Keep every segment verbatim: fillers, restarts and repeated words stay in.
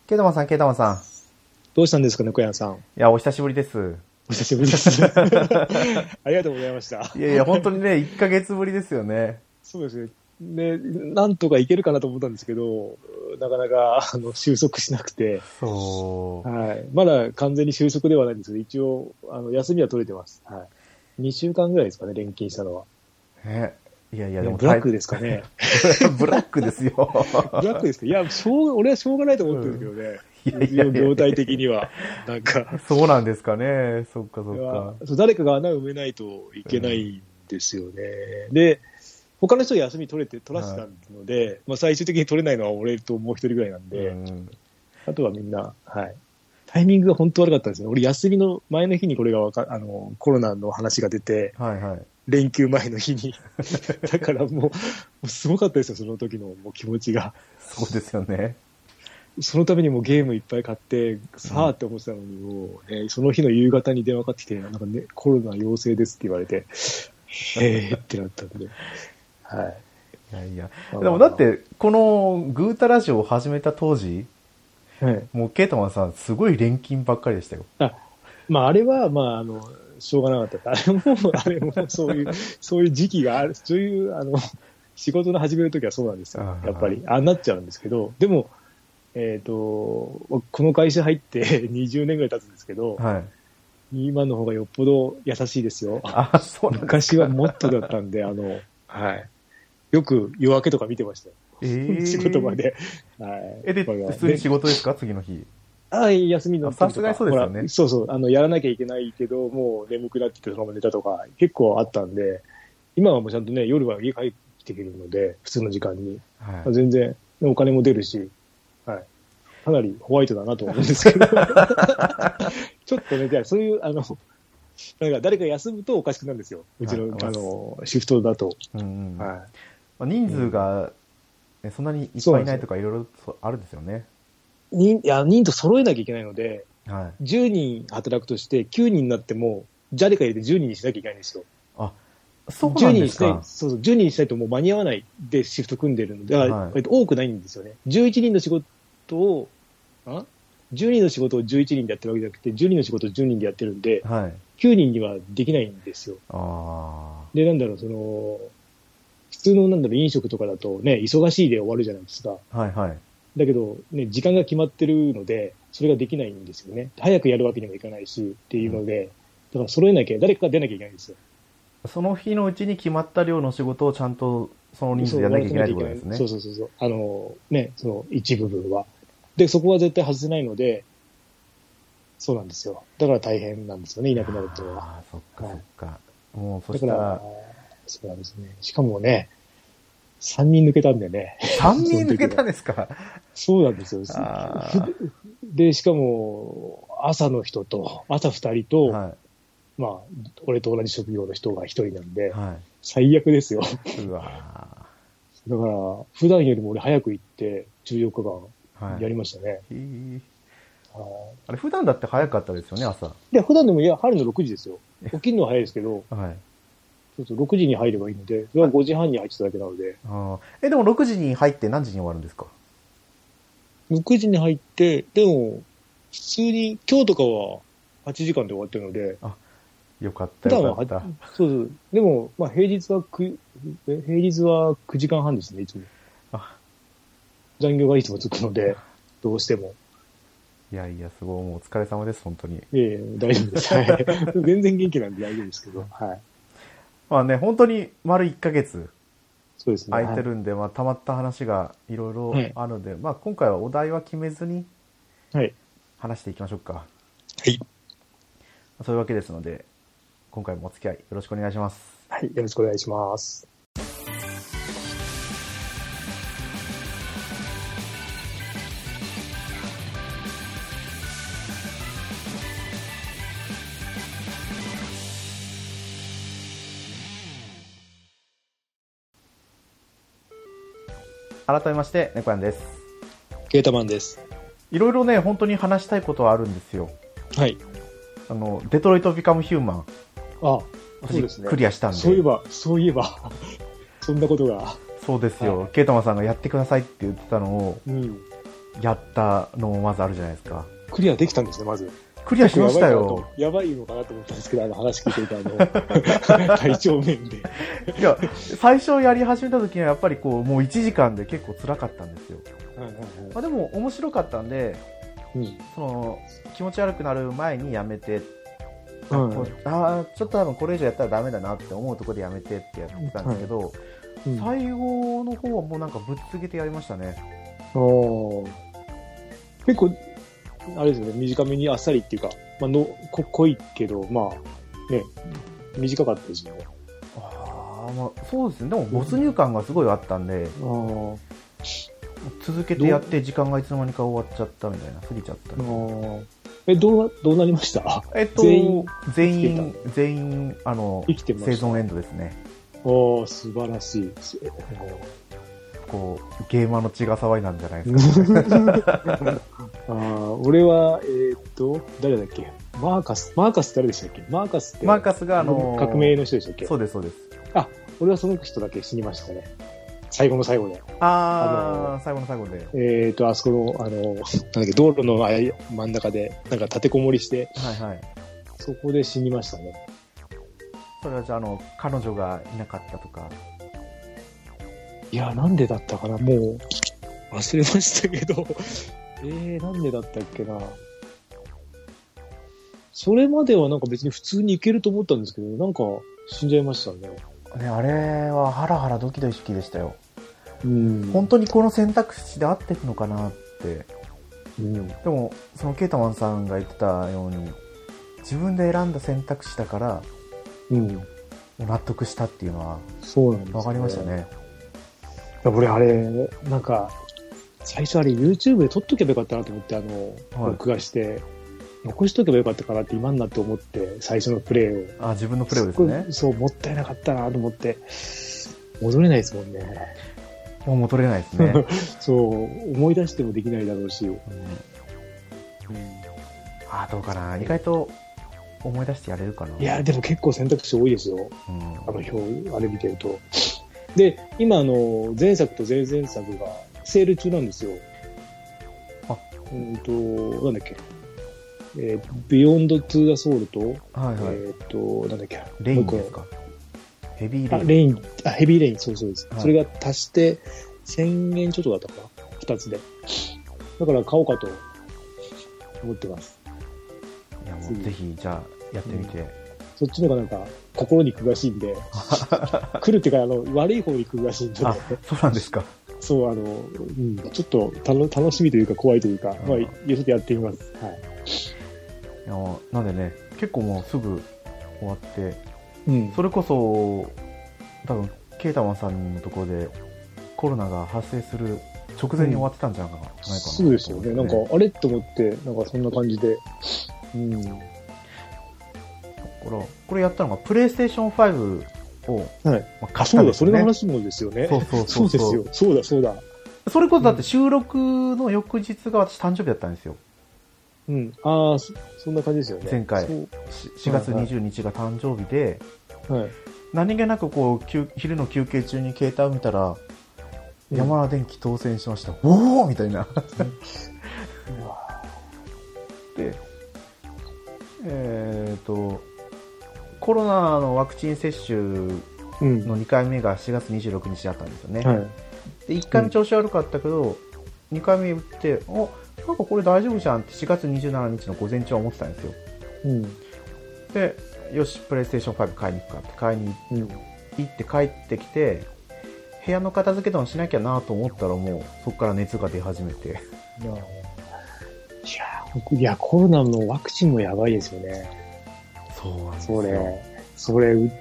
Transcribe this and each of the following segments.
ケイタマンさん、ケイタマンさん。 どうしたんですかね、小山さん。 いや、お久しぶりです。 お久しぶりです。ありがとうございました。 いやいや、本当にね、いっかげつぶりですよね。 そうですね。ね、なんとかいけるかなと思ったんですけど、なかなかあの収束しなくて。 そう。 はい。まだ完全に収束ではないんですけど、一応、あの、休みは取れてます。はい。にしゅうかんぐらいですかね、連勤したのは。 ね。いやいや、 でもブラックですかね。 ブラックですよ。 ブラックですか。いや、しょう、俺はしょうがないと思ってるんですけどね。うん、いやいやいや業態的には。なんか。 そうなんですかね。そっかそっか。 そう誰かが穴を埋めないといけないんですよね。うん、で、他の人休み取れて、取らせたので、はい、まあ最終的に取れないのは俺ともう一人ぐらいなんで、うん、あとはみんな、はい。タイミングが本当悪かったんですよ。俺休みの前の日にこれがわか、あの、コロナの話が出て、 はいはい。 連休前の日に。だからもう、もうすごかったですよ、その時のもう気持ちが。 そうですよね。 そのためにもうゲームいっぱい買って、さあって思ってたのに、もう、ね、その日の夕方に電話かかってきて、なんかね、コロナ陽性ですって言われて、へーってなったんで。はい。 いやいや。でもだって、このグータラジオを始めた当時、はい、もうケイタマンさん、すごい錬金ばっかりでしたよ。 あ、まああれは、まああの、しょうがなかった。あれも、あれもそういう、そういう時期がある、そういう、あの、仕事の始めるときはそうなんですよ。やっぱり。ああなっちゃうんですけど、でも、えっ、ー、と、この会社入ってにじゅうねんぐらい経つんですけど、はい、今の方がよっぽど優しいですよ。 あ、そうなんですか。 昔はもっとだったんで、あの、はい。よく夜明けとか見てましたよ。えー、仕事場で。 はい。え、で、普通に仕事ですか、次の日。 ああ、休みの時とか。 さすがにそうですよね。 そうそう。あの、やらなきゃいけないけど、もう眠くなっててそのまま寝たとか、結構あったんで、今はもうちゃんとね、夜は家帰ってくるので、普通の時間に。はい、全然、お金も出るし、はい。かなりホワイトだなと思うんですけど。ちょっとね、じゃあそういう、あの、なんか誰か休むとおかしくなるんですよ。うちの、はい、あの、シフトだと。 うんうん、はい。人数が、ね、そんなにいっぱいいないとかいろいろあるんですよね。 人、いや、人と揃えなきゃいけないので、 はい、 じゅうにん働くとしてきゅうにんになっても、誰か入れてじゅうにんにしなきゃいけないんですよ。 あ、そうなんですか。 じゅうにんにしたい、そうそう、じゅうにんにしたいともう間に合わないでシフト組んでるので、はい、多くないんですよね。じゅういちにんの仕事を、あ ?じゅうにんの仕事をじゅういちにんでやってるわけじゃなくて、じゅうにんの仕事をじゅうにんでやってるんで、はい、きゅうにんにはできないんですよ。 あで、なんだろう、その、普通のなんだろう、飲食とかだとね、忙しいで終わるじゃないですか。 はいはい。 だけど、ね、時間が決まってるので、それができないんですよね。早くやるわけにもいかないし、っていうので、うん、だから揃えなきゃ、誰かが出なきゃいけないんですよ。 その日のうちに決まった量の仕事をちゃんとその人数でやらなきゃいけないってことですね。 そうそうそうそう。あの、ね、その一部分は。で、そこは絶対外せないので、そうなんですよ。だから大変なんですよね、いなくなるっていうのは。 ああ、そっかそっか。はい、もうそしたら。だから、 そうなんですね。しかもね、さんにん抜けたんでね。 さんにん抜けたんですか？ そうなんですよ。で、しかも、朝の人と、朝ふたりと、はい、まあ、俺と同じ職業の人がひとりなんで、はい、最悪ですよ。 うわだから、普段よりも俺早く行って、じゅうよっかかんやりましたね。 はいあれ、普段だって早かったですよね、朝。 いや、普段でも、いや、入るのろくじですよ。起きるのは早いですけど、はい。そうそう、ろくじに入ればいいので、それはごじはんに入ってただけなので。 あえ、でもろくじに入って何時に終わるんですか？ ろくじに入って、でも、普通に、今日とかははちじかんで終わってるので。 あ、よかったよかった。 そうそう。でも、まあ平日はく、平日はくじかんはんですね、いつも。あ残業がいつもつくので、どうしても。 いやいや、すごい、もうお疲れ様です、本当に。 ええ、大丈夫です。はい。全然元気なんで大丈夫ですけど、はい。 まあね、本当に丸いっかげつそうですね。 空いてるんで、はい、まあたまった話がいろいろあるので、はい、まあ今回はお題は決めずに話していきましょうか。 はい。 そういうわけですので、今回もお付き合いよろしくお願いします。 はい、よろしくお願いします。 改めまして、猫やんです。 ケータマンです。 いろいろね、本当に話したいことはあるんですよ。 はい。 あの、デトロイト・ビカム・ヒューマン。 あ、そうですね。 クリアしたんで。 そういえば、そういえば、そんなことが。 そうですよ。ケータマンさんがやってくださいって言ってたのを、うん、 やったのもまずあるじゃないですか。 クリアできたんですね、まず。 クリアしましたよ。 やばいのかなと思ったんですけど、あの話聞いていたあの、体調面で。 いや、最初やり始めた時にはやっぱりこう、もういちじかんで結構辛かったんですよ。はいはいはい。まあ、でも面白かったんで、うん、その、気持ち悪くなる前にやめて、うん、ああ、ちょっと多分これ以上やったらダメだなって思うところでやめてってやってたんですけど、うん、最後の方はもうなんかぶっつけてやりましたね。 おー。結構、あれですよね、短めにあっさりっていうか、まあのこ濃いけど、まあ、ね、短かったですよね。 ああ、まあ、そうですね。でも没入感がすごいあったんで、あ続けてやって時間がいつの間にか終わっちゃったみたいな、過ぎちゃった。 え、どう、どうなりました？ えっと、全員、全員、全員、あの、生きてました。生存エンドですね。 おー、素晴らしい。 こう、ゲーマーの血が騒いなんじゃないですか。 あ俺は、えー、っと、誰だっけマーカス。マーカスって誰でしたっけマーカスって。 マーカスがあのー、 革命の人でしたっけ？ そうです、そうです。 あ、俺はその人だけ死にましたね。最後の最後で。 ああ、最後の最後で。 えー、っと、あそこの、あの、なんだっけ、道路の真ん中で、なんか立てこもりして、はいはい。そこで死にましたね。 それはじゃあ、あの、彼女がいなかったとか。 いや、なんでだったかなもう、忘れましたけど。えー、なんでだったっけなそれまではなんか別に普通に行けると思ったんですけど、なんか死んじゃいましたね。 ね、あれはハラハラドキドキでしたよ。うん。本当にこの選択肢で合ってるのかなって。うん。でも、そのケータマンさんが言ってたように、自分で選んだ選択肢だから、うん。納得したっていうのは、 そうなんですね。 わかりましたね。 俺あれ、なんか、最初あれ YouTube で撮っとけばよかったなと思って、あの、はい、録画して、残しとけばよかったかなって今になって思って、最初のプレイを。 あ、自分のプレイをですね。 そう、もったいなかったなと思って、戻れないですもんね。 もう戻れないですね。 そう、思い出してもできないだろうし。うんうん、 あ、どうかな。意外と思い出してやれるかな。 いや、でも結構選択肢多いですよ。うん、あの表、あれ見てると。で、今、あの、前作と前々作がセール中なんですよ。あ、うんと、なんだっけ。えー、ビヨンド・トゥ・ザ・ソウルと、はいはい、えっ、ー、と、なんだっけ。 レインですか。ヘビーレイン。 あ、レイン、あ、ヘビーレイン、そうそうです。はい、それが足してせんえんちょっとだったかな。二つで。だから買おうかと思ってます。 いや、もうぜひ、じゃあ、やってみて。うん、 そっちの方がなんか、心に詳しいんで、来るっていうか、あの、悪い方に詳しいんで、ね。 あ、そうなんですか。 そう、あの、うん、ちょっとたの楽しみというか怖いというか、まあ、ちょっとやってみます。はい。 いや、なんでね、結構もうすぐ終わって、うん、それこそ、多分、ケータマンさんのところでコロナが発生する直前に終わってたんじゃないかな、うん、ないかな。 そうですよね。なんか、あれと思って、なんかそんな感じで。うん。 これ、これやったのが、プレイステーションファイブを、はいまあ、買ったんですよね。そうだ、それの話もですよね。 そうそうそう。 そうですよ。そうだ、そうだ。 それこそだって収録の翌日が私誕生日だったんですよ。 うん。ああ、そ, そんな感じですよね。 前回。しがつにじゅうににちが誕生日で、はいはい、何気なくこう、昼の休憩中に携帯を見たら、うん、山田電機当選しました。おおみたいな。で、えっと、コロナのワクチン接種のにかいめがしがつにじゅうろくにちだったんですよね。はい、でいっかいめ調子悪かったけど、うん、にかいめ打って、おなんかこれ大丈夫じゃんってしがつにじゅうしちにちの午前中は思ってたんですよ。うん、で、よし、プレイステーションファイブ買いに行くかって買いに行って帰ってきて、部屋の片付けでもしなきゃなと思ったらもうそこから熱が出始めて。いや、 いや、コロナのワクチンもやばいですよね。 そうなんですよ。 それ、それ打って、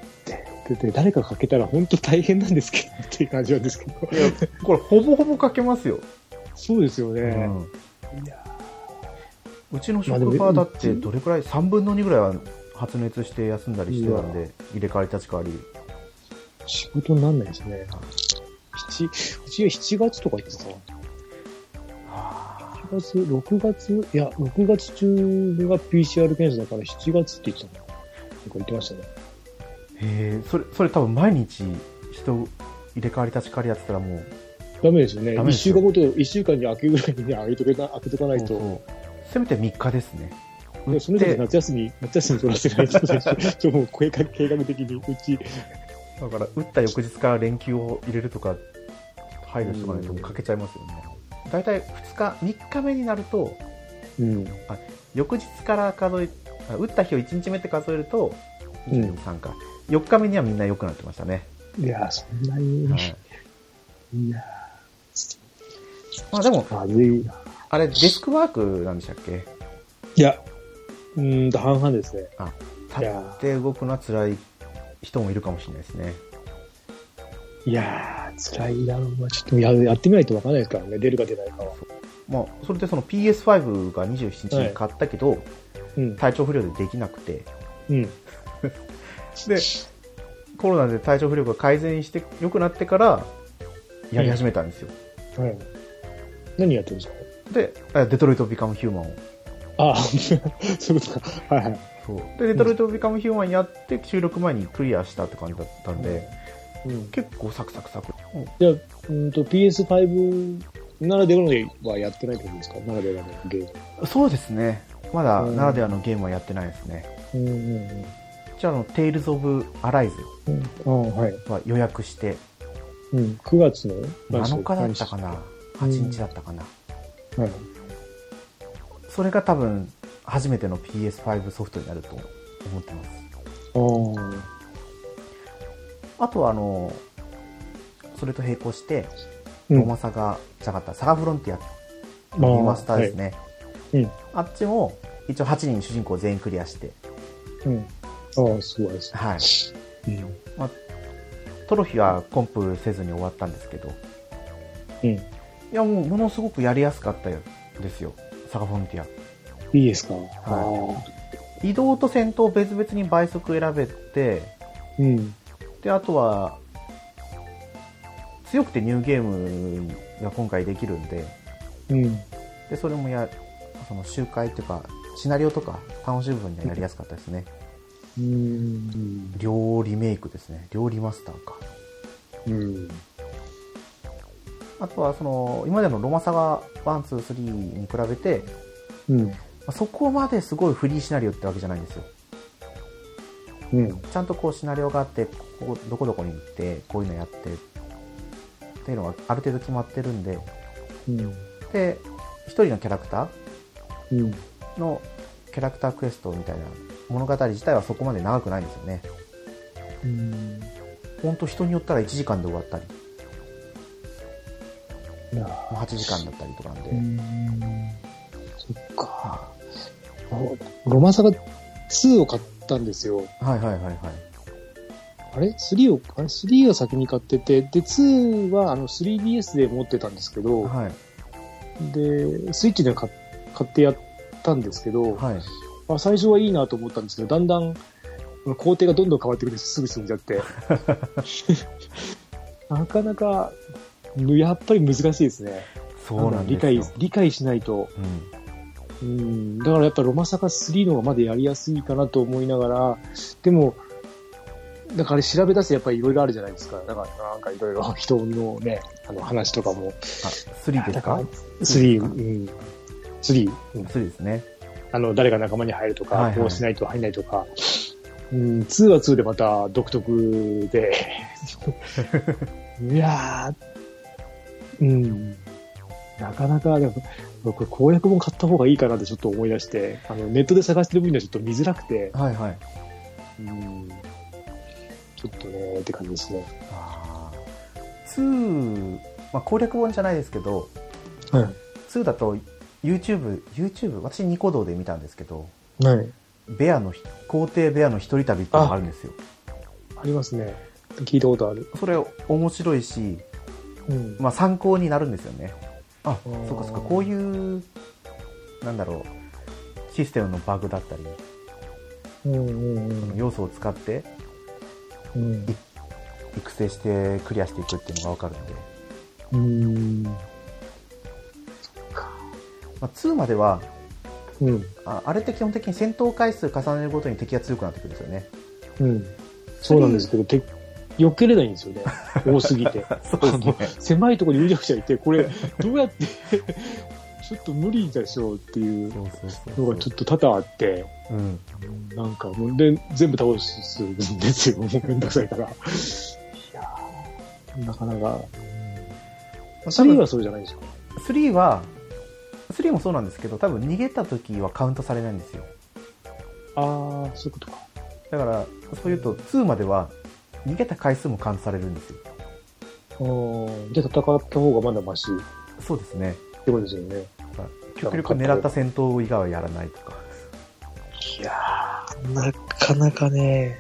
で誰かかけたら本当大変なんですけどっていう感じなんですけど。いや、 これほぼほぼかけますよ。 そうですよね。うんいやうちの職場だってどれくらいさんぶんのにぐらいは発熱して休んだりしてたんで入れ替わり立ち替わり仕事になんないですね。七うちはしちがつとか言ってたかな。しちがつろくがついやろくがつ中が ピーシーアール 検査だからしちがつって言ってたの。なんか言ってましたね。 へえ、それそれ多分毎日人入れ替わり立ち替わりやってたらもうダメですよね。いっしゅうかんごと、いっしゅうかんに開けぐらいにね、開けとけな、開けとかないと。そうそう、 せめてみっかですね。 でその時夏休み、夏休み取らせないと、ちょもう計画、計画的にうち。 だから、打った翌日から連休を入れるとか、配慮しとかないともう欠けちゃいますよね。だいたいふつか、みっかめになると、うん、あ翌日から数え、打った日をいちにちめって数えると、に、さんか。よっかめにはみんな良くなってましたね。 いや、そんなに。はい、いやまあでも、まずいあれ、デスクワークなんでしたっけ？ いや、うーんと半々ですね。 あ、立って動くのは辛い人もいるかもしれないですね。 いやー、辛いだろうな。ちょっと や, やってみないと分からないですからね。出るか出ないかは。 まあ、それでその ピーエスファイブ がにじゅうしちにちに買ったけど、はい、うん、体調不良でできなくて。うん、で、コロナで体調不良が改善して良くなってからやり始めたんですよ。うん、はい。 何やってるんですか？で、デトロイト・ビカム・ヒューマンを。 ああ、そういうことか。はいはい。 そう。で、デトロイト・ビカム・ヒューマンやって収録前にクリアしたって感じだったんで、うん、結構サクサクサク。 うん、じゃあ、うんと ピーエスファイブ ならではのゲームはやってないってことですか？ならではのゲーム。そうですね。まだならではのゲームはやってないですね。うんうんうん、じゃあ、あの、テイルズ・オブ・アライズは予約して、 うん、くがつのなのかだったかな、はちにちだったかな、うんはい、それが多分初めての ピーエスファイブ ソフトになると思ってます。あとはあのそれと並行してロマサガじゃなかったサガフロンティアのリマスターですね、あ,、はいうん、あっちも一応はちにん主人公全員クリアして、 うん、ああすごいですね、はいうんまあ、トロフィーはコンプせずに終わったんですけど、うん、いやもうものすごくやりやすかったですよ、サガフロンティア。 いいですか、 はい、移動と戦闘を別々に倍速選べて、うん、であとは強くてニューゲームが今回できるんで、うん、でそれもやその周回というかシナリオとか楽しい部分にはやりやすかったですね。うん、両リメイクですね、両リマスターか。うん、あとはその今までのロマサガワン、ツー、スリーに比べて、うんそこまですごいフリーシナリオってわけじゃないんですよ。うん、ちゃんとこうシナリオがあって、ここどこどこに行ってこういうのやってっていうのがある程度決まってるんで、うん、で一人のキャラクターのキャラクタークエストみたいな物語自体はそこまで長くないんですよね。うん、ほんと人によったらいちじかんで終わったり、はちじかんだったりとかなんで。うんそっか。ロマサガツーを買ったんですよ。 はいはいはいはい。 あれ ?スリー を、あれ スリー を先に買ってて、で、ツーはあの スリーディーエス で持ってたんですけど、はい、で、スイッチで買ってやったんですけど、はい、まあ、最初はいいなと思ったんですけど、だんだん工程がどんどん変わってくるんです。すぐ死んじゃって。なかなか、やっぱり難しいですね。 そうなんですよ。 理解、理解しないと。うん、うんだからやっぱロマサガスリーの方がまだやりやすいかなと思いながら、でも、だから調べ出すやっぱりいろいろあるじゃないですか。だからなんかいろいろ人のね、あの話とかも。あ、 スリーですか？ スリー、うん。スリー。 うん、スリーですね。あの、誰が仲間に入るとか、はいはい、こうしないと入んないとか。うん、ツーはツーでまた独特で。いやー、うん。なかなか、でも、僕、公約本買った方がいいかなってちょっと思い出して、あの、ネットで探してる分にはちょっと見づらくて。はいはい。うん。ちょっとね、って感じですね。あー。ツー、まあ、攻略本じゃないですけど、はい。ツーだと、YouTube、YouTube、私ニコ動で見たんですけど、はい。ベアの、皇帝ベアの一人旅っていうのがあるんですよ。 あ、ありますね。聞いたことある。 それ面白いし、うん、まあ参考になるんですよね。あ、そうかそうか、こういうなんだろうシステムのバグだったり、うんうんうん、要素を使って、うん、育成してクリアしていくっていうのが分かるんで、うん、そっか。まあ、ツーまでは、うん、あ, あれって基本的に戦闘回数重ねるごとに敵が強くなってくるんですよね。 うん、そうなんですけど、て避けれないんですよね。多すぎて。 そうですね。 狭いところにうじゃくちゃいて、これ、どうやって、ちょっと無理でしょうっていうのがちょっと多々あって、うん、なんか、で、全部倒すんですよ。もうめんどくさいから。いやー、なかなか。スリーはそうじゃないですか。 スリーは、スリーもそうなんですけど、多分逃げた時はカウントされないんですよ。 あー、そういうことか。 だから、そういうと、ツーまでは逃げた回数もカウントされるんですよ。 じゃあ戦った方がまだマシ。 そうですね。 ってことですよね。 極力狙った戦闘以外はやらないとか。 いやー、なかなかね。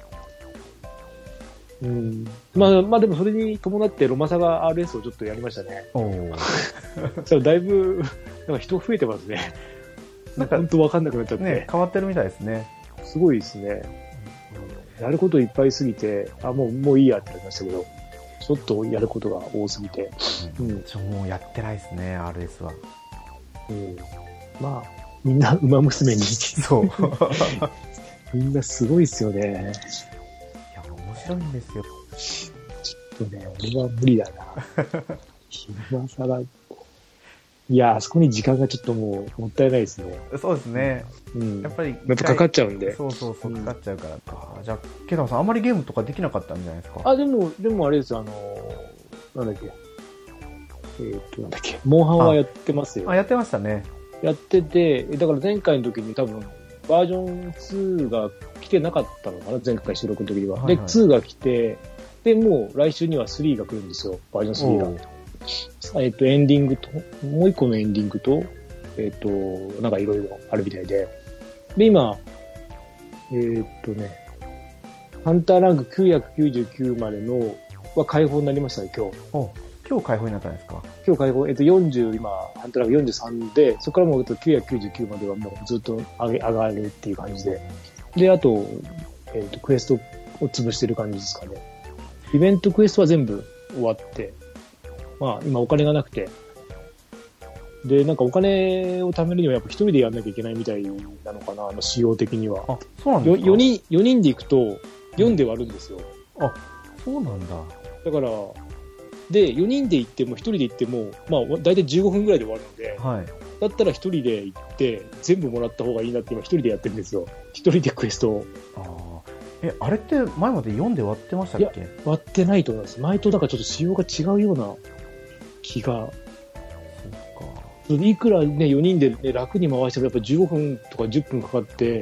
うん。まあ、まあでもそれに伴ってロマサガ アールエス をちょっとやりましたね。おー。それだいぶ、なんか人増えてますね。なんか本当わかんなくなっちゃって。ね、 変わってるみたいですね。 すごいですね。うん、やることいっぱいすぎて、あ、もう、もういいやってなりましたけど、ちょっとやることが多すぎて。 うん。ちょ、もうやってないですね、アールエス は。 うん。まあ、みんな馬娘に。 そう。 みんなすごいですよね。いや、面白いんですよ。 ちょっとね、俺は無理だな。今更。いや、あそこに時間がちょっともうもったいないですね。 そうですね。うん。やっぱり。 やっぱかかっちゃうんで。 そうそうそう、かかっちゃうからか。うん、じゃあ、ケタマさん、あんまりゲームとかできなかったんじゃないですか？ あ、でも、でもあれですよ、あのー、なんだっけ。えー、っと、なんだっけ。モンハンはやってますよ。 あ、やってましたね。 やってて、だから前回の時に多分、バージョンツーが来てなかったのかな、前回収録の時には。はいはい、で、ツーが来て、で、もう来週にはスリーが来るんですよ、バージョンスリーが。えっと、エンディングと、もう一個のエンディングと、えっと、なんかいろいろあるみたいで。で、今、えー、っとね、ハンターランクきゅうひゃくきゅうじゅうきゅうまでのは解放になりましたね、今日。 今日解放になったんですか？ 今日解放、えっと、よんじゅう、今、ハンターランクよんじゅうさんで、そこからもうきゅうひゃくきゅうじゅうきゅうまではもうずっと上げ、上がるっていう感じで。で、あと、えっと、クエストを潰してる感じですかね。イベントクエストは全部終わって、まあ、今お金がなくて。で、なんかお金を貯めるにはやっぱ一人でやんなきゃいけないみたいなのかな、あの仕様的には。 あ、そうなんですか？ よにん、よにんで行くとよんで割るんですよ。 うん、あ、そうなんだ。 だから、で、よにんで行っても一人で行っても、まあ、だいたいじゅうごふんぐらいで終わるので、はい、だったら一人で行って全部もらった方がいいなって今一人でやってるんですよ。一人でクエストを。あえ、あれって前までよんで割ってましたっけ？いや、 割ってないと思います。前とだからちょっと仕様が違うような気が。そうか。いくらね、よにんで、ね、楽に回してもやっぱじゅうごふんとかじゅっぷんかかって、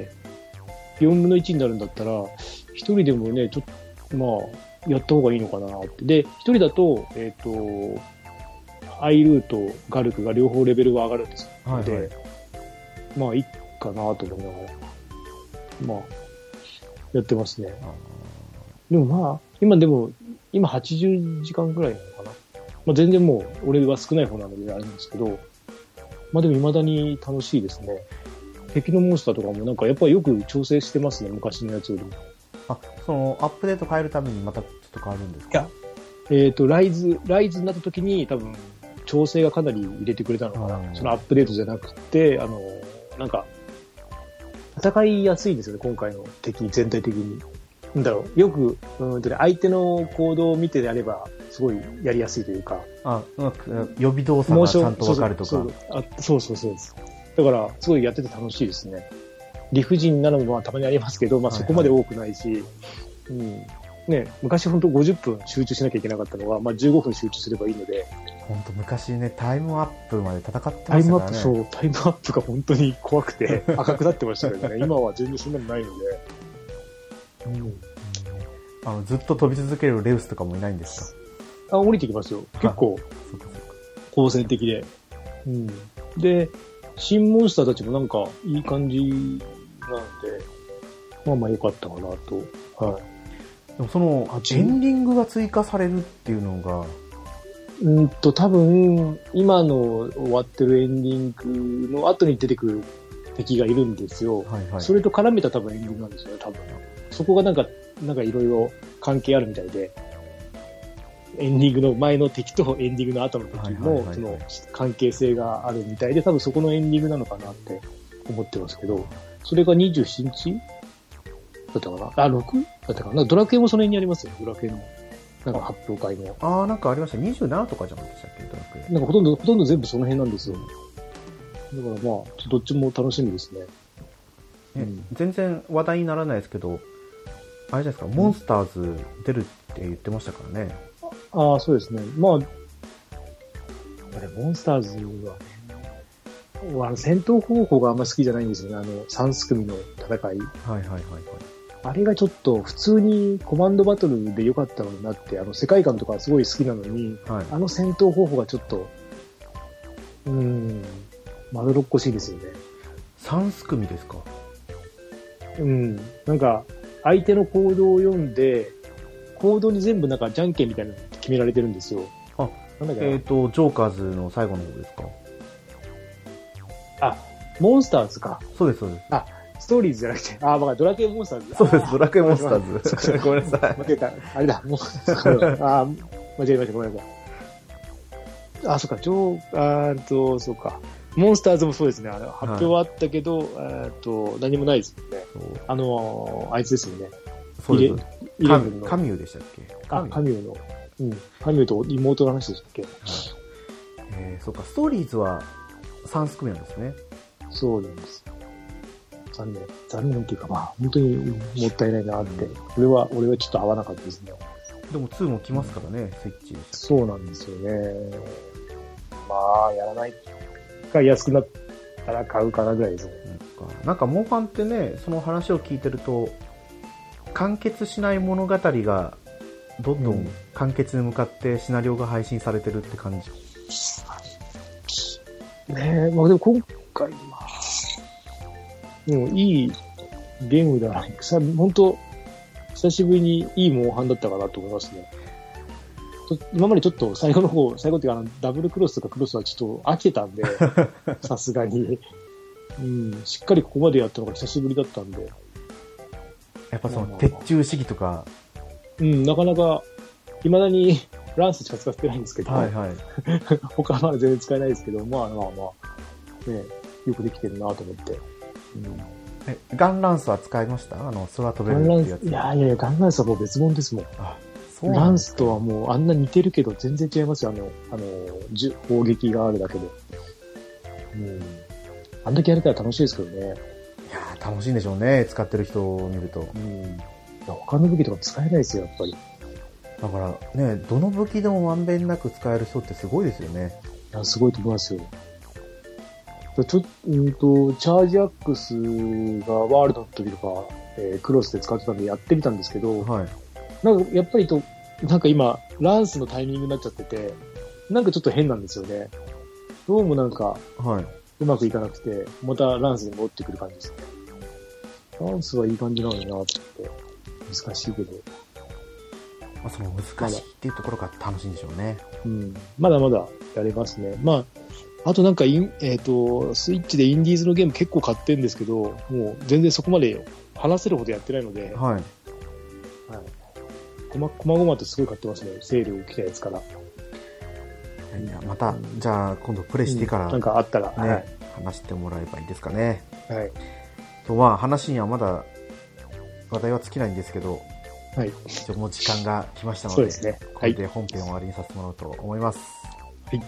よんぶんのいちになるんだったら、一人でもね、ちょっと、まあ、やった方がいいのかなって。で、一人だと、えっと、アイルーとガルクが両方レベルが上がるんですので、はいはい、まあ、いいかなと思いながら、まあ、やってますね。でもまあ、今でも、今はちじゅうじかんぐらいなのかな。まあ全然もう、俺は少ない方なのであれなんですけど、まあでも未だに楽しいですね。敵のモンスターとかもなんかやっぱりよく調整してますね、昔のやつよりも。 あ、その、アップデート変えるためにまたちょっと変わるんですか？ いや、えっと、ライズ、ライズになった時に多分、調整がかなり入れてくれたのかな。そのアップデートじゃなくて、あの、なんか、戦いやすいですよね、今回の敵全体的に。なんだろう、よく、うんとね、相手の行動を見てやれば、すごいやりやすいというか。 あ、うん、予備動作がちゃんとわかるとか。 そうそう、あ、そうそうそうです。だから、すごいやってて楽しいですね。理不尽なのもまあたまにありますけど、まあそこまで多くないし、はいはい、うん。ね、昔本当ごじゅっぷん集中しなきゃいけなかったのが、まあじゅうごふん集中すればいいので。 本当昔ね、タイムアップまで戦ってましたからね。 タイムアップ、そう、タイムアップが本当に怖くて赤くなってましたけどね。今は全然そんなのないので。 うん。あの、ずっと飛び続けるレウスとかもいないんですか？あ、降りてきますよ。結構、好戦的で。うん。で、新モンスターたちもなんかいい感じなので、まあまあ良かったかなと。はい。 でもその、エンディングが追加されるっていうのが、 うんと、多分、今の終わってるエンディングの後に出てくる敵がいるんですよ。はいはい。それと絡めた多分エンディングなんですよね、多分。そこがなんか、なんかいろいろ関係あるみたいで、エンディングの前の敵とエンディングの後の敵も、その関係性があるみたいで、多分そこのエンディングなのかなって思ってますけど、それがにじゅうしちにちだったかなあ、ろく? だったかなドラクエもその辺にありますよ。ドラクエの。なんか発表会の。 ああ、なんかありました。にじゅうななとかじゃなかったでしたっけ、ドラクエ。 なんかほとんど、ほとんど全部その辺なんですよ。だからまあ、どっちも楽しみですね。 ね、うん、全然話題にならないですけど、あれじゃないですか、モンスターズ出るって言ってましたからね。 ああ、そうですね。まあ、あれ、モンスターズは、あの戦闘方法があんま好きじゃないんですよね。あの、さん組の戦い。はいはいはいはい。 あれがちょっと普通にコマンドバトルで良かったのになって、あの世界観とかすごい好きなのに、はい、あの戦闘方法がちょっと、うーん、まどろっこしいですよね。 さん組ですか？ うん。なんか、相手の行動を読んで、行動に全部なんかじゃんけんみたいなの決められてるんですよ。 あ、なんだっけ？えっと、ジョーカーズの最後の方ですか？ あ、モンスターズか。 そうです、そうです。 あ、ストーリーズじゃなくて、あ、まあドラクエモンスターズ。 そうです、ドラクエモンスターズ。ごめんなさい。 間違えた。あれだ、もう、あ、間違えました、ごめんなさい。あ、そっか、ジョー、あーと、そうか。モンスターズもそうですね。あの発表はあったけど、はい、と何もないですよね。あの、あいつですよね。 そうです。イレブンの。カミューでしたっけ？ あ、カミューの。うん。カミューと妹の話でしたっけ？はい、 えー、そうか、ストーリーズはさん組なんですね。 そうなんです。残念。残念っていうか、まあ、本当にもったいないなって。俺は、俺はちょっと合わなかったですね。 でもにも来ますからね、スイッチ。 そうなんですよね。まあ、やらないか安くなったら買うかなぐらいですね。 なんか、モンハンってね、その話を聞いてると、完結しない物語が、どんどん完結に向かってシナリオが配信されてるって感じ。 うん、ねえ、まあでも今回、まあ、でもいいゲームだな。本当久しぶりにいいモンハンだったかなと思いますね。今までちょっと最後の方、最後っていうかあのダブルクロスとかクロスはちょっと飽きてたんで、さすがに、うん。しっかりここまでやったのが久しぶりだったんで。 やっぱその、鉄柱主義とか。 うん、なかなか、未だにランスしか使ってないんですけど、 はいはい、 他は全然使えないですけど、まあまあまあ、ね、よくできてるなと思って。うん、 え、ガンランスは使いました？あの、空飛べるっていうやつ。 いやいやいや、ガンランスはもう別物ですもん。あ、そうなんですか。ランスとはもうあんな似てるけど全然違いますよ。あの、あの、砲撃があるだけで。うん。あんだけやれたら楽しいですけどね。いやー、楽しいんでしょうね。使ってる人を見ると。 うん。他の武器とか使えないですよ、やっぱり。 だからね、どの武器でもまんべんなく使える人ってすごいですよね。 いや、すごいと思いますよ。ちょっと、うんと、チャージアックスがワールドの時とか、えー、クロスで使ってたんでやってみたんですけど、はい、なんかやっぱりと、なんか今、ランスのタイミングになっちゃってて、なんかちょっと変なんですよね。どうもなんか、はい、うまくいかなくて、またランスに戻ってくる感じですね。ランスはいい感じなのになと思って、難しいけど。 まあ、その難しいっていうところが楽しいんでしょうね。 うん。まだまだやれますね。まあ、あとなんかイン、えっと、スイッチでインディーズのゲーム結構買ってるんですけど、もう全然そこまで話せるほどやってないので、はい。はい。こま、こまごまとすごい買ってますね。セール来たやつから。 いや、また、うん、じゃあ今度プレイしてから、 うん、なんかあったら、 ね、 はい、 話してもらえばいいですかね。 はい。 と、まあ話にはまだ話題は尽きないんですけど、 はい。 一応もう時間が来ましたので、 そうですね。 これで本編を終わりにさせてもらおうと思います。 はい。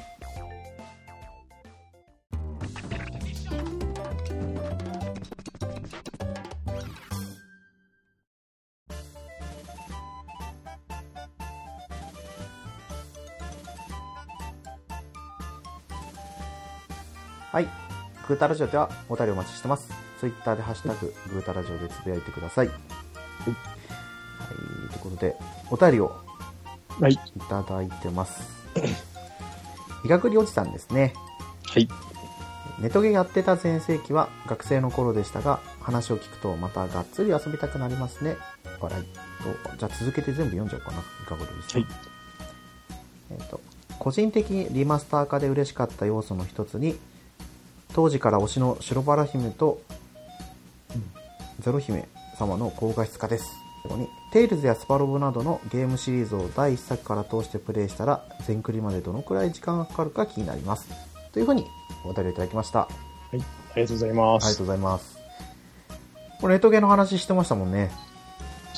はい。グータラジオではお便りお待ちしてます。ツイッターでハッシュタグ、グータラジオでつぶやいてください。はい。はい、ということで、お便りをはい。いただいてます。いがぐりおじさんですね。 はい。 ネトゲやってた全盛期は学生の頃でしたが、話を聞くとまたがっつり遊びたくなりますね。笑いと、じゃあ続けて全部読んじゃおうかな。いかぐりおじさん。はい。えっと、個人的にリマスター化で嬉しかった要素の一つに、当時から推しの白バラ姫と、うん、ゼロ姫様の高画質化です。ここにテイルズやスパロボなどのゲームシリーズをだいいっさくから通してプレイしたら全クリまでどのくらい時間がかかるか気になります。というふうにお便りいただきました。はい、ありがとうございます。 ありがとうございます。これネットゲーの話してましたもんね。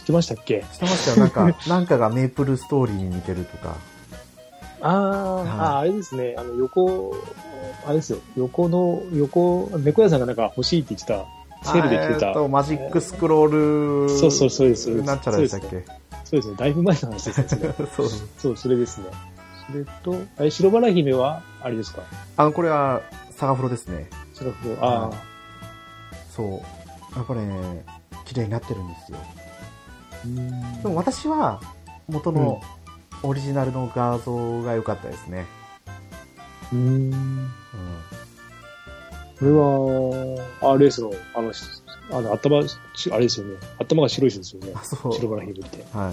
ってましたっけ？ してましたよ。なんか、なんかがメープルストーリーに似てるとか。 ああ、はい、あ、あれですね。あの、横、あれですよ。横の、横、猫屋さんがなんか欲しいって言ってた、セールで来てた。えーと、 マジックスクロール。 そうそうそうです。 なんちゃらでしたっけ？ そうですね。だいぶ前の話ですね。 そう。 そう、それですね。それと、あれ、白バラ姫は、あれですか？ あの、これは、サガフロですね。 サガフロ、ああ。 そう。やっぱりね、綺麗になってるんですよ。でも私は、元のオリジナルの画像が良かったですね。 うん。うん。これは、アールエス の、あの、あの、頭、あれですよね。頭が白い人ですよね。そう。白バラ姫って。はい。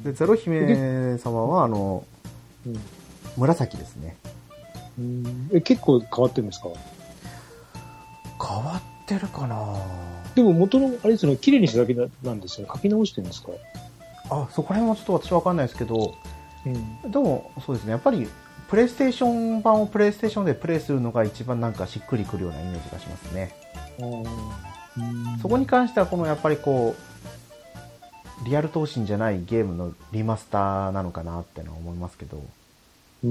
で、ゼロ姫様は、あの、うん、紫ですね。 うん。え、結構変わってるんですか？ 変わってるかな。 でも元の、あれですよね、綺麗にしただけなんですよね。書き直してるんですか？ あ、そこら辺はちょっと私わかんないですけど、うん、でも、そうですね。やっぱり、プレイステーション版をプレイステーションでプレイするのが一番なんかしっくりくるようなイメージがしますね。うん、そこに関しては、このやっぱりこう、リアル闘神じゃないゲームのリマスターなのかなってのは思いますけど、うん、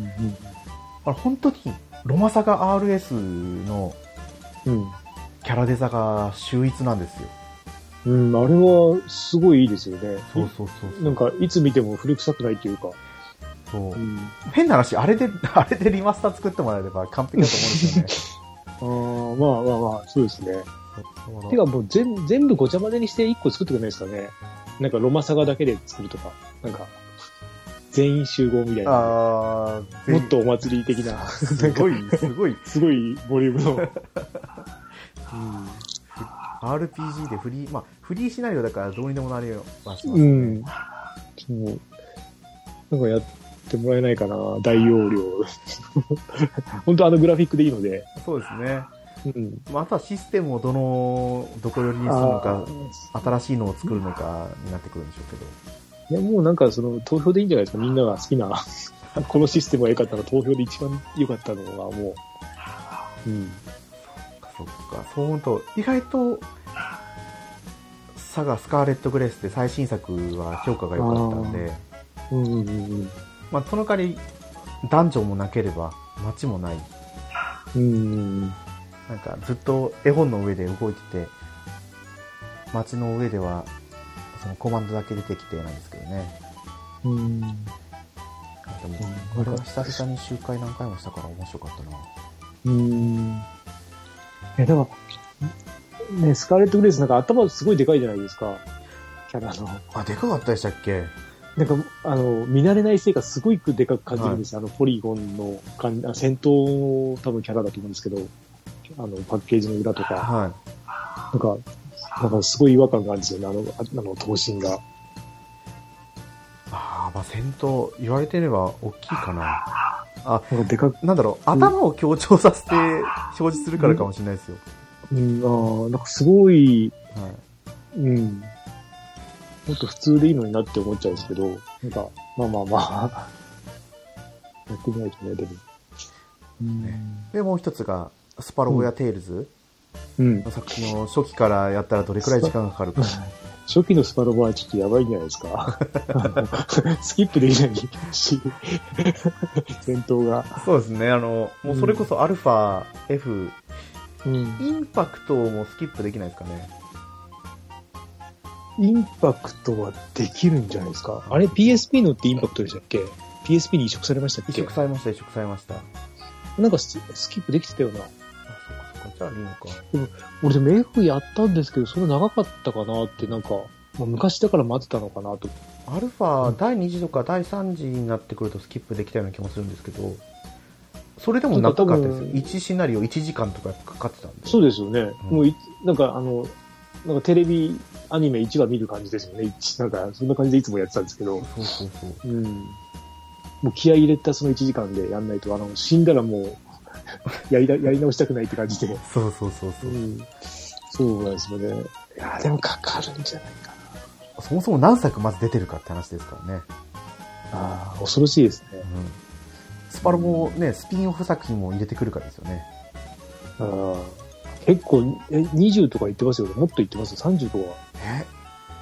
あれ本当にロマサガ アールエス のキャラデザが秀逸なんですよ。 うん、あれはすごいいいですよね。 そうそうそうそう。 なんかいつ見ても古臭くないというか。 そう。うん、変な話、あれで、あれでリマスター作ってもらえれば完璧だと思うんですよね。ああ、まあまあまあ、そうですね。てかもう全全部ごちゃ混ぜにしていっこ作ってくれないですかね。なんかロマサガだけで作るとか。なんか、全員集合みたいな。ああ、もっとお祭り的な。 すごい、すごい。 すごいボリュームの。うん、 アールピージー でフリー、まあ、フリーシナリオだからどうにでもなれよはしますね。うん。 そう。なんかやってもらえないかな、大容量。本当あのグラフィックでいいので。 そうですね。うん。まあ、あとはシステムをどの、どこ寄りにするのか、新しいのを作るのかになってくるんでしょうけど。 いや、もうなんかその投票でいいんじゃないですか。みんなが好きな、このシステムが良かったら投票で一番良かったのがもう、うん。 そっか、そう思うと、意外と、サガスカーレット・グレースって最新作は評価が良かったんで、うんうんうん、まあ、その代わり、ダンジョンもなければ、街もない。うん、なんか、ずっと絵本の上で動いてて、街の上では、そのコマンドだけ出てきてなんですけどね。うん。でも、これは久々に周回何回もしたから面白かったな。うん。 いや、でも、ね、スカーレット・グレースなんか頭すごいでかいじゃないですか。キャラの。 あ、でかかったでしたっけ？ なんか、あの、見慣れないせいかすごいでかく感じるんですよ。はい、あの、ポリゴンの感じ、戦闘の多分キャラだと思うんですけど、あの、パッケージの裏とか。はい。なんか、なんかすごい違和感があるんですよね、あの、あの、頭身が。 ああ、まあ戦闘、言われてれば大きいかな。あ、でかなんだろう、頭を強調させて表示するからかもしれないですよ。 うん、うん、ああ、なんかすごい、はい、うん。もっと普通でいいのになって思っちゃうんですけど、なんか、まあまあまあ、やってみないとね、でも。 うん、ね、で、もう一つが、スパロボやテイルズの作品を初期からやったらどれくらい時間がかかるか。 初期のスパロボはちょっとやばいんじゃないですか。スキップできないし、戦闘が。 そうですね、あの、もうそれこそアルファ、うん、F、うん、インパクトもスキップできないですかね。 インパクトはできるんじゃないですか。あれ ピーエスピー のってインパクトでしたっけ？ ピーエスピー に移植されましたっけ？ 移植されました、移植されました。 なんかスキップできてたよな。あ、 そっかそっか。じゃあいいのか。 でも、俺でも F やったんですけど、それ長かったかなって、なんか、もう昔だから待ってたのかなと。 アルファ、うん、だいに次とかだいさん次になってくるとスキップできたような気もするんですけど、それでも長かったですよ。いちシナリオいちじかんとかかかってたんで。 そうですよね。うん、もうい、なんかあの、なんかテレビアニメいちわ見る感じですよね。なんかそんな感じでいつもやってたんですけど。そうそうそう。うん。もう気合い入れたそのいちじかんでやんないと、あの、死んだらもう、やりだ、やり直したくないって感じで。 そうそうそうそう。うん、 そうなんですよね。いやでもかかるんじゃないかな。そもそも何作まず出てるかって話ですからね。 ああ、恐ろしいですね。うん。 スパロボね、スピンオフ作品も入れてくるからですよね。 ああ。結構、え、にじゅうとか言ってますよね。もっと言ってますよ。さんじゅうとか。 え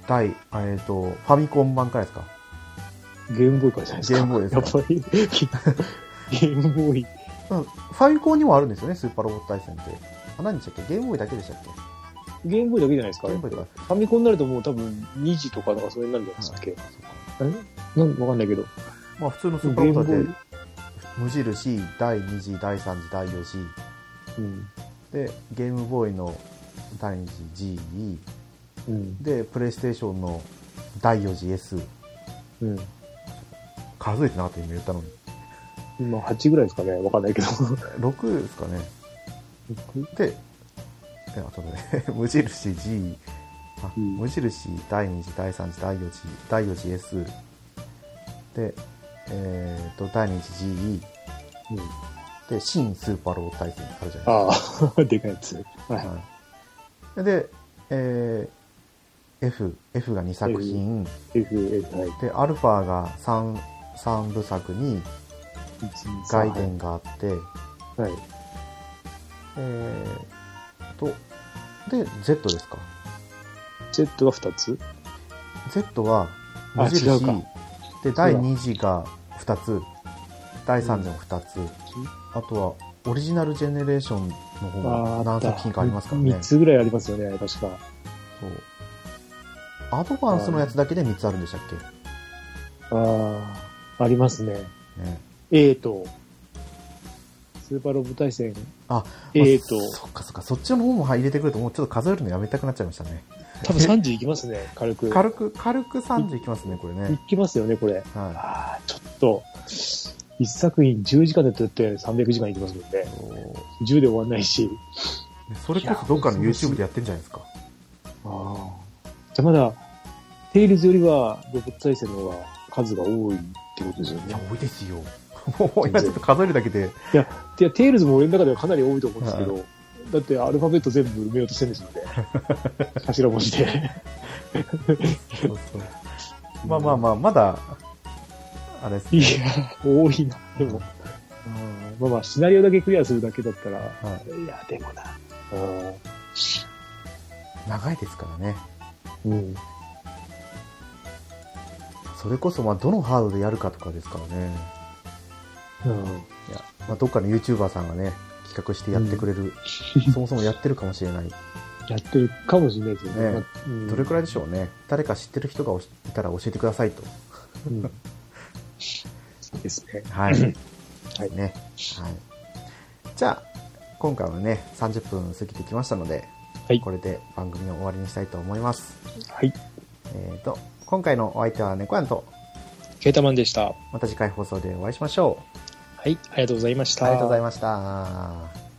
第、えっ、ー、と、ファミコン版からですか？ ゲームボーイからじゃないですか。 ゲームボーイですか。 やっぱり、ゲームボーイ。 ファミコンにもあるんですよね、スーパーロボット対戦って。あ、何でしたっけ？ゲームボーイだけでしたっけ？ ゲームボーイだけじゃないですか。 ゲームボーイか。 ファミコンになるともう多分にじとかなんかそれになるんじゃないですかっけ。えなんわかんないけど。 まあ普通のスーパーロボットで、無印、だいに次、だいさん次、だいよん次。うん。で、ゲームボーイのだいに次 G、うん、で、プレイステーションのだいよん次 S。うん。数えてなかった今言ったのに。 今はちぐらいですかね、わかんないけど。 ろくですかね。で、あとね、無印 G、あ、うん、無印だいに次、だいさん次、だいよん次、だいよん次 S。で、えっ、ー、と、だいに次 ジー、うん、で、新スーパーロボット対戦あるじゃないですか。 ああ、でかいやつ。はい。 はい、で、えー、F、F がに作品。 F、F、はい。 で、アルファが 3, 3部作に、外伝があって、はい。えーと、で、Z ですか？ Z がふたつ？ Z は、無印、で、だいに次がふたつ、だいさん次もふたつ、うん、あとは、オリジナルジェネレーションの方が何作品かありますからね。 みっつぐらいありますよね、確か。そう。 アドバンスのやつだけでみっつあるんでしたっけ？ ああ、ありますね。ね、A と、スーパーロボ対戦。 あ、 A と、まあ、 そっかそっか、そっちの方も入れてくるともうちょっと数えるのやめたくなっちゃいましたね。 多分さんじいきますね、軽く。 軽く、軽くさんじいきますね、これね。 いきますよね、これ。はい。ああ、ちょっと、一作品じゅうじかんで撮ってさんびゃくじかんいきますもんね。じゅうで終わんないし。 それこそどっかの YouTube でやってんじゃないですか。 ああ。じゃあまだ、テイルズよりはロボット対戦の方が数が多いってことですよね。 いや、多いですよ。もう今ちょっと数えるだけで。 いや、いやテイルズも俺の中ではかなり多いと思うんですけど、はい、だってアルファベット全部埋めようとしてるんですので。頭文字で。 そうそう。まあまあまあ、まだ、あれですね。 いや、多いな。でも、うん、まあまあ、シナリオだけクリアするだけだったら、はい、いや、でもな。 長いですからね。 うん。 それこそ、まあ、どのハードでやるかとかですからね。うん。いや、まあ、どっかの YouTuber さんがね、企画してやってくれる、うん、そもそもやってるかもしれない。 やってるかもしれないですよね。 ね、うん、どれくらいでしょうね。誰か知ってる人がいたら教えてくださいと。うん、 そうですね。 はい。はい。ね。はい。じゃあ、今回はね、さんじゅっぷん過ぎてきましたので、はい、これで番組を終わりにしたいと思います。 はい。 えっと、今回のお相手は猫やんと、 ケータマンでした。 また次回放送でお会いしましょう。 はい、ありがとうございました。 ありがとうございました。